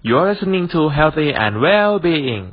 You're listening to Healthy and Well-being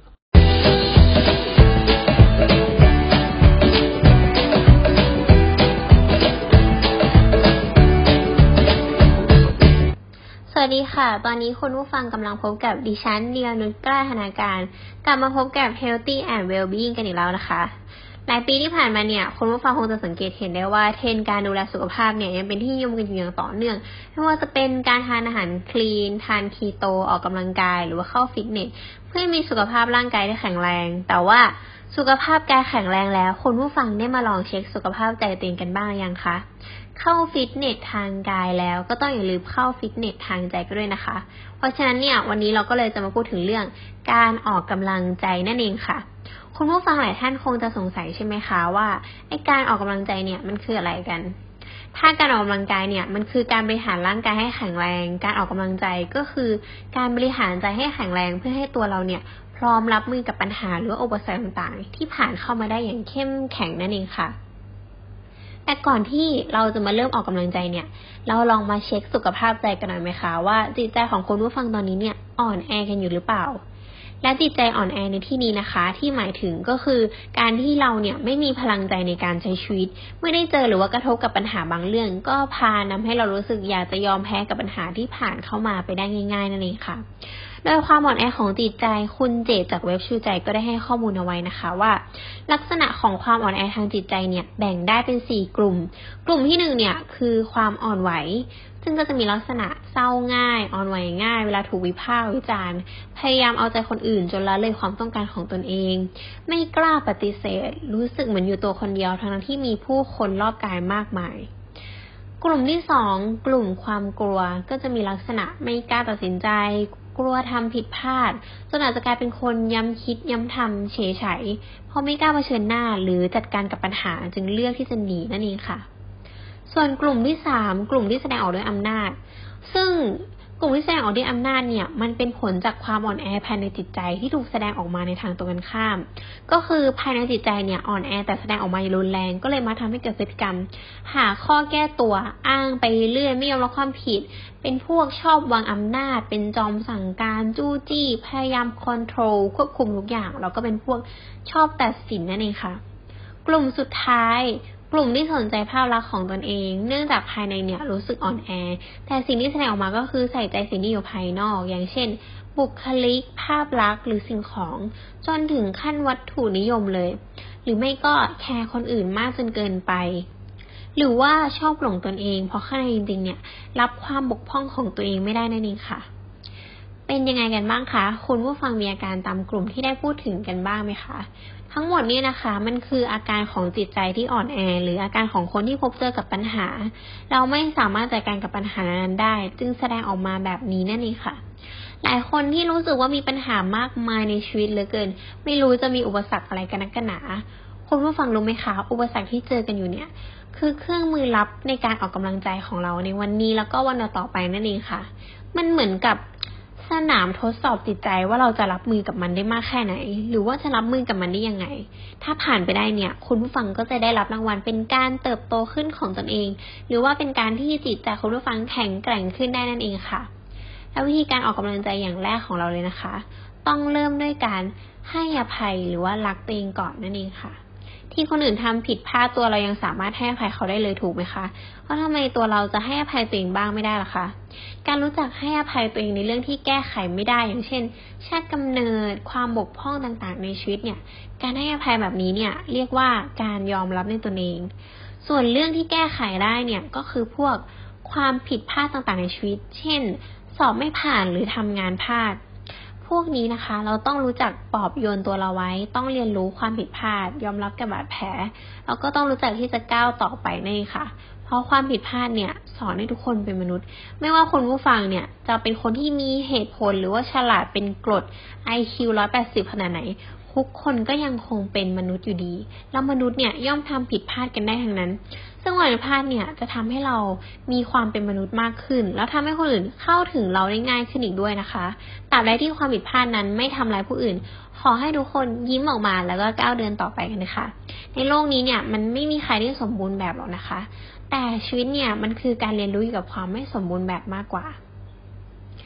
สวัสดีค่ะตอนนี้คุณผู้ฟังกำลังพบกับดิฉันเดียนุชกล้าธนาการกลับมาพบกับ Healthy and Well-being กันอีกแล้วนะคะหลายปีที่ผ่านมาเนี่ยคุณผู้ฟังคงจะสังเกตเห็นได้ว่าเทรนด์การดูแลสุขภาพเนี่ยยังเป็นที่นิยมกันอยู่อย่างต่อเนื่องไม่ว่าจะเป็นการทานอาหารคลีนทานคีโตออกกำลังกายหรือว่าเข้าฟิตเนสเพื่อให้มีสุขภาพร่างกายที่แข็งแรงแต่ว่าสุขภาพกายแข็งแรงแล้วคุณผู้ฟังได้มาลองเช็คสุขภาพใจตัวเองกันบ้างยังคะเข้าฟิตเนสทางกายแล้วก็ต้องอย่าลืมเข้าฟิตเนสทางใจก็ด้วยนะคะเพราะฉะนั้นเนี่ยวันนี้เราก็เลยจะมาพูดถึงเรื่องการออกกำลังใจนั่นเองค่ะคุณผู้ฟังหลายท่านคงจะสงสัยใช่ไหมคะว่าไอ้การออกกำลังใจเนี่ยมันคืออะไรกันถ้าการออกกำลังกายเนี่ยมันคือการบริหารร่างกายให้แข็งแรงการออกกำลังใจก็คือการบริหารใจให้แข็งแรงเพื่อให้ตัวเราเนี่ยพร้อมรับมือกับปัญหาหรืออุปสรรคต่างๆที่ผ่านเข้ามาได้อย่างเข้มแข็งนั่นเองค่ะแต่ก่อนที่เราจะมาเริ่มออกกำลังใจเนี่ยเราลองมาเช็คสุขภาพใจกันหน่อยไหมคะว่าจิตใจของคุณผู้ฟังตอนนี้เนี่ยอ่อนแอกันอยู่หรือเปล่าและจิตใจอ่อนแอในที่นี้นะคะที่หมายถึงก็คือการที่เราเนี่ยไม่มีพลังใจในการใช้ชีวิตเมื่อได้เจอหรือว่ากระทบกับปัญหาบางเรื่องก็พานำให้เรารู้สึกอยากจะยอมแพ้กับปัญหาที่ผ่านเข้ามาไปได้ง่ายๆนั่นเองค่ะโดยความอ่อนแอของจิตใจคุณเจตจากเว็บชูใจก็ได้ให้ข้อมูลเอาไว้นะคะว่าลักษณะของความอ่อนแอทางจิตใจเนี่ยแบ่งได้เป็น4กลุ่มที่1เนี่ยคือความอ่อนไหวซึ่งก็จะมีลักษณะเศร้าง่ายอ่อนไหวง่ายเวลาถูกวิพากษ์วิจารณ์พยายามเอาใจคนอื่นจนละเลยความต้องการของตนเองไม่กล้าปฏิเสธรู้สึกเหมือนอยู่ตัวคนเดียวทั้งที่มีผู้คนรอบกายมากมายกลุ่มที่2กลุ่มความกลัวก็จะมีลักษณะไม่กล้าตัดสินใจกลัวทำผิดพลาดจนอาจจะกลายเป็นคนย้ำคิดย้ำทำเฉยๆเพราะไม่กล้าเผชิญหน้าหรือจัดการกับปัญหาจึงเลือกที่จะหนีนั่นเองค่ะส่วนกลุ่มที่3กลุ่มที่แสดงออกด้วยอำนาจซึ่งกลุ่มที่แสดงออกด้วยอำนาจเนี่ยมันเป็นผลจากความอ่อนแอภายในจิตใจที่ถูกแสดงออกมาในทางตรงกันข้ามก็คือภายในจิตใจเนี่ยอ่อนแอแต่แสดงออกมาอย่างรุนแรงก็เลยมาทำให้เกิดพฤติกรรมหาข้อแก้ตัวอ้างไปเรื่อยไม่ยอมรับความผิดเป็นพวกชอบวางอำนาจเป็นจอมสั่งการจู้จี้พยายามคอนโทรลควบคุมทุกอย่างแล้วก็เป็นพวกชอบตัดสินนั่นเองค่ะกลุ่มสุดท้ายกลุ่มที่สนใจภาพลักษณ์ของตนเองเนื่องจากภายในเนี่ยรู้สึกอ่อนแอแต่สิ่งที่แสดงออกมาก็คือใส่ใจสิ่งที่อยู่ภายนอกอย่างเช่นบุคลิกภาพลักษณ์หรือสิ่งของจนถึงขั้นวัตถุนิยมเลยหรือไม่ก็แคร์คนอื่นมากจนเกินไปหรือว่าชอบหลงตนเองเพราะข้างในจริงๆเนี่ยรับความบกพร่องของตัวเองไม่ได้นั่นเองค่ะเป็นยังไงกันบ้างคะคุณผู้ฟังมีอาการตามกลุ่มที่ได้พูดถึงกันบ้างไหมคะทั้งหมดนี้นะคะมันคืออาการของจิตใจที่อ่อนแอหรืออาการของคนที่พบเจอกับปัญหาเราไม่สามารถจัดการกับปัญหานั้นได้จึงแสดงออกมาแบบนี้นั่นเองค่ะหลายคนที่รู้สึกว่ามีปัญหามากมายในชีวิตเหลือเกินไม่รู้จะมีอุปสรรคอะไรกันนักกันหนาคุณผู้ฟังรู้ไหมคะอุปสรรคที่เจอกันอยู่เนี่ยคือเครื่องมือลับในการออกกำลังใจของเราในวันนี้แล้วก็วันต่อไปนั่นเองค่ะมันเหมือนกับสนามทดสอบจิตใจว่าเราจะรับมือกับมันได้มากแค่ไหนหรือว่าจะรับมือกับมันได้ยังไงถ้าผ่านไปได้เนี่ยคุณผู้ฟังก็จะได้รับรางวัลเป็นการเติบโตขึ้นของตนเองหรือว่าเป็นการที่จิตใจคุณผู้ฟังแข็งแกร่งขึ้นได้นั่นเองค่ะและวิธีการออกกำลังใจอย่างแรกของเราเลยนะคะต้องเริ่มด้วยการให้อภัยหรือว่ารักตัวเองก่อนนั่นเองค่ะที่คนอื่นทำผิดพลาดตัวเรายังสามารถให้อภัยเขาได้เลยถูกไหมคะเพราะทำไมตัวเราจะให้อภัยตัวเองบ้างไม่ได้ล่ะคะการรู้จักให้อภัยตัวเองในเรื่องที่แก้ไขไม่ได้อย่างเช่นชาติกำเนิดความบกพร่องต่างๆในชีวิตเนี่ยการให้อภัยแบบนี้เนี่ยเรียกว่าการยอมรับในตนเองส่วนเรื่องที่แก้ไขได้เนี่ยก็คือพวกความผิดพลาดต่างๆในชีวิตเช่นสอบไม่ผ่านหรือทำงานพลาดพวกนี้นะคะเราต้องรู้จักปลอบโยนตัวเราไว้ต้องเรียนรู้ความผิดพลาดยอมรับกับบาดแผลแล้วก็ต้องรู้จักที่จะก้าวต่อไปนี่ค่ะเพราะความผิดพลาดเนี่ยสอนให้ทุกคนเป็นมนุษย์ไม่ว่าคนผู้ฟังเนี่ยจะเป็นคนที่มีเหตุผลหรือว่าฉลาดเป็นกรด IQ 180ขนาดไหนทุกคนก็ยังคงเป็นมนุษย์อยู่ดีแล้วมนุษย์เนี่ยย่อมทำผิดพลาดกันได้ทั้งนั้นซึ่งความผิดพลาดเนี่ยจะทำให้เรามีความเป็นมนุษย์มากขึ้นแล้วทำให้คนอื่นเข้าถึงเราได้ง่ายขึ้นอีกด้วยนะคะตราบใดที่ความผิดพลาดนั้นไม่ทำร้ายผู้อื่นขอให้ทุกคนยิ้มออกมาแล้วก็ก้าวเดินต่อไปกันนะคะในโลกนี้เนี่ยมันไม่มีใครที่สมบูรณ์แบบหรอกนะคะแต่ชีวิตเนี่ยมันคือการเรียนรู้อยู่กับความไม่สมบูรณ์แบบมากกว่า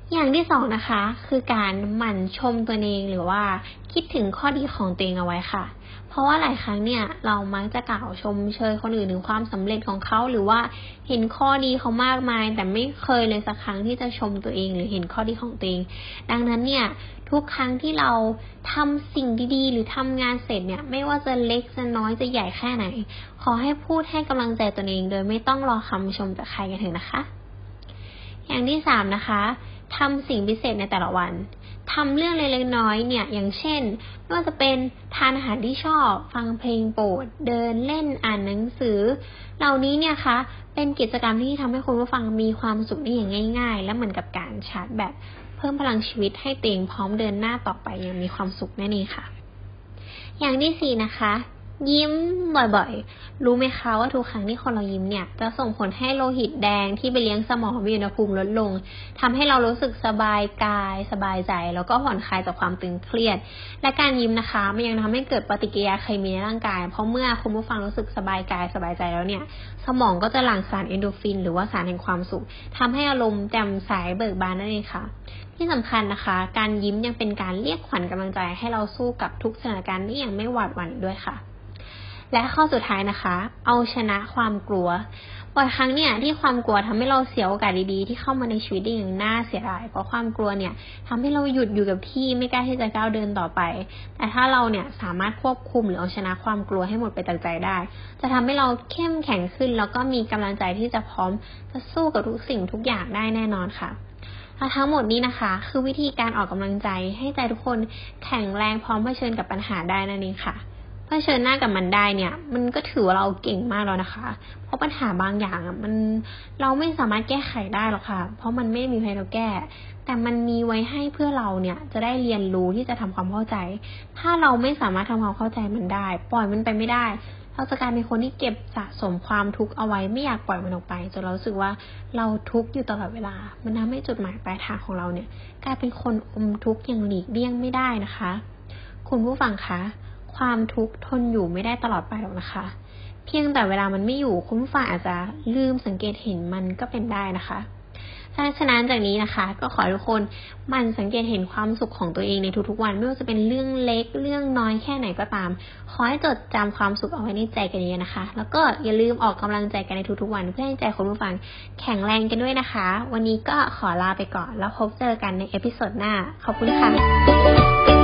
อย่างที่2นะคะคือการหมั่นชมตัวเองหรือว่าคิดถึงข้อดีของตัวเองเอาไว้ค่ะเพราะว่าหลายครั้งเนี่ยเรามักจะกล่าวชมเชยคนอื่นถึงความสำเร็จของเขาหรือว่าเห็นข้อดีเขามากมายแต่ไม่เคยเลยสักครั้งที่จะชมตัวเองหรือเห็นข้อดีของตัวเองดังนั้นเนี่ยทุกครั้งที่เราทำสิ่งดีๆหรือทำงานเสร็จเนี่ยไม่ว่าจะเล็กจะน้อยจะใหญ่แค่ไหนขอให้พูดให้กำลังใจตัวเองโดยไม่ต้องรอคำชมจากใครกันเถอะนะคะอย่างที่3นะคะทำสิ่งพิเศษในแต่ละวันทำเรื่องเล็กๆน้อยๆเนี่ยอย่างเช่นไม่ว่าจะเป็นทานอาหารที่ชอบฟังเพลงโปรดเดินเล่นอ่านหนังสือเหล่านี้เนี่ยคะเป็นกิจกรรมที่ทำให้คุณผู้ฟังมีความสุขได้อย่างง่ายๆและเหมือนกับการชาร์จแบตเพิ่มพลังชีวิตให้ตัวเองพร้อมเดินหน้าต่อไปอย่างมีความสุขนั่นเองค่ะอย่างที่4นะคะยิ้มบ่อยๆรู้ไหมคะว่าทุกครั้งที่คนเรายิ้มเนี่ยจะส่งผลให้โลหิตแดงที่ไปเลี้ยงสมองมีอุณหภูมิลดลงทำให้เรารู้สึกสบายกายสบายใจแล้วก็ผ่อนคลายจากความตึงเครียดและการยิ้มนะคะมันยังทำให้เกิดปฏิกิริยาเคมีในร่างกายเพราะเมื่อคุณผู้ฟังรู้สึกสบายกายสบายใจแล้วเนี่ยสมองก็จะหลั่งสารเอนโดรฟินหรือว่าสารแห่งความสุขทำให้อารมณ์แจ่มใสเบิกบานนั่นเองค่ะที่สำคัญนะคะการยิ้มยังเป็นการเรียกขวัญกำลังใจให้เราสู้กับทุกสถานการณ์ที่ยังไม่หวาดหวั่นด้วยค่ะและข้อสุดท้ายนะคะเอาชนะความกลัวบ่อยครั้งเนี่ยที่ความกลัวทำให้เราเสียโอกาสดีๆที่เข้ามาในชีวิตได้อย่างน่าเสียดายเพราะความกลัวเนี่ยทำให้เราหยุดอยู่กับที่ไม่กล้าที่จะก้าวเดินต่อไปแต่ถ้าเราเนี่ยสามารถควบคุมหรือเอาชนะความกลัวให้หมดไปจากใจได้จะทำให้เราเข้มแข็งขึ้นแล้วก็มีกำลังใจที่จะพร้อมจะสู้กับทุกสิ่งทุกอย่างได้แน่นอนค่ะและทั้งหมดนี้นะคะคือวิธีการออกกำลังใจให้ใจทุกคนแข็งแรงพร้อมเผชิญกับปัญหาได้นั่นเองค่ะเผชิญหน้ากับมันได้เนี่ยมันก็ถือว่าเราเก่งมากแล้วนะคะเพราะปัญหาบางอย่างมันเราไม่สามารถแก้ไขได้หรอกค่ะเพราะมันไม่มีใครเราแก้แต่มันมีไว้ให้เพื่อเราเนี่ยจะได้เรียนรู้ที่จะทำความเข้าใจถ้าเราไม่สามารถทำความเข้าใจมันได้ปล่อยมันไปไม่ได้เราจะกลายเป็นคนที่เก็บสะสมความทุกข์เอาไว้ไม่อยากปล่อยมันออกไปจนเรารู้สึกว่าเราทุกข์อยู่ตลอดเวลามันทำให้จุดหมายปลายทางของเราเนี่ยกลายเป็นคนอมทุกข์อย่างหลีกเลี่ยงไม่ได้นะคะคุณผู้ฟังคะความทุกข์ทนอยู่ไม่ได้ตลอดไปหรอกนะคะเพียงแต่เวลามันไม่อยู่คุณผู้ฟังอาจจะลืมสังเกตเห็นมันก็เป็นได้นะคะฉะนั้นจากนี้นะคะก็ขอให้ทุกคนมันสังเกตเห็นความสุขของตัวเองในทุกๆวันไม่ว่าจะเป็นเรื่องเล็กเรื่องน้อยแค่ไหนก็ตามขอให้จดจำความสุขเอาไว้ในใจกันเยอะนะคะแล้วก็อย่าลืมออกกำลังใจกันในทุกๆวันเพื่อให้ใจคุณผู้ฟังแข็งแรงกันด้วยนะคะวันนี้ก็ขอลาไปก่อนแล้วพบเจอกันในเอพิโซดหน้าขอบคุณค่ะ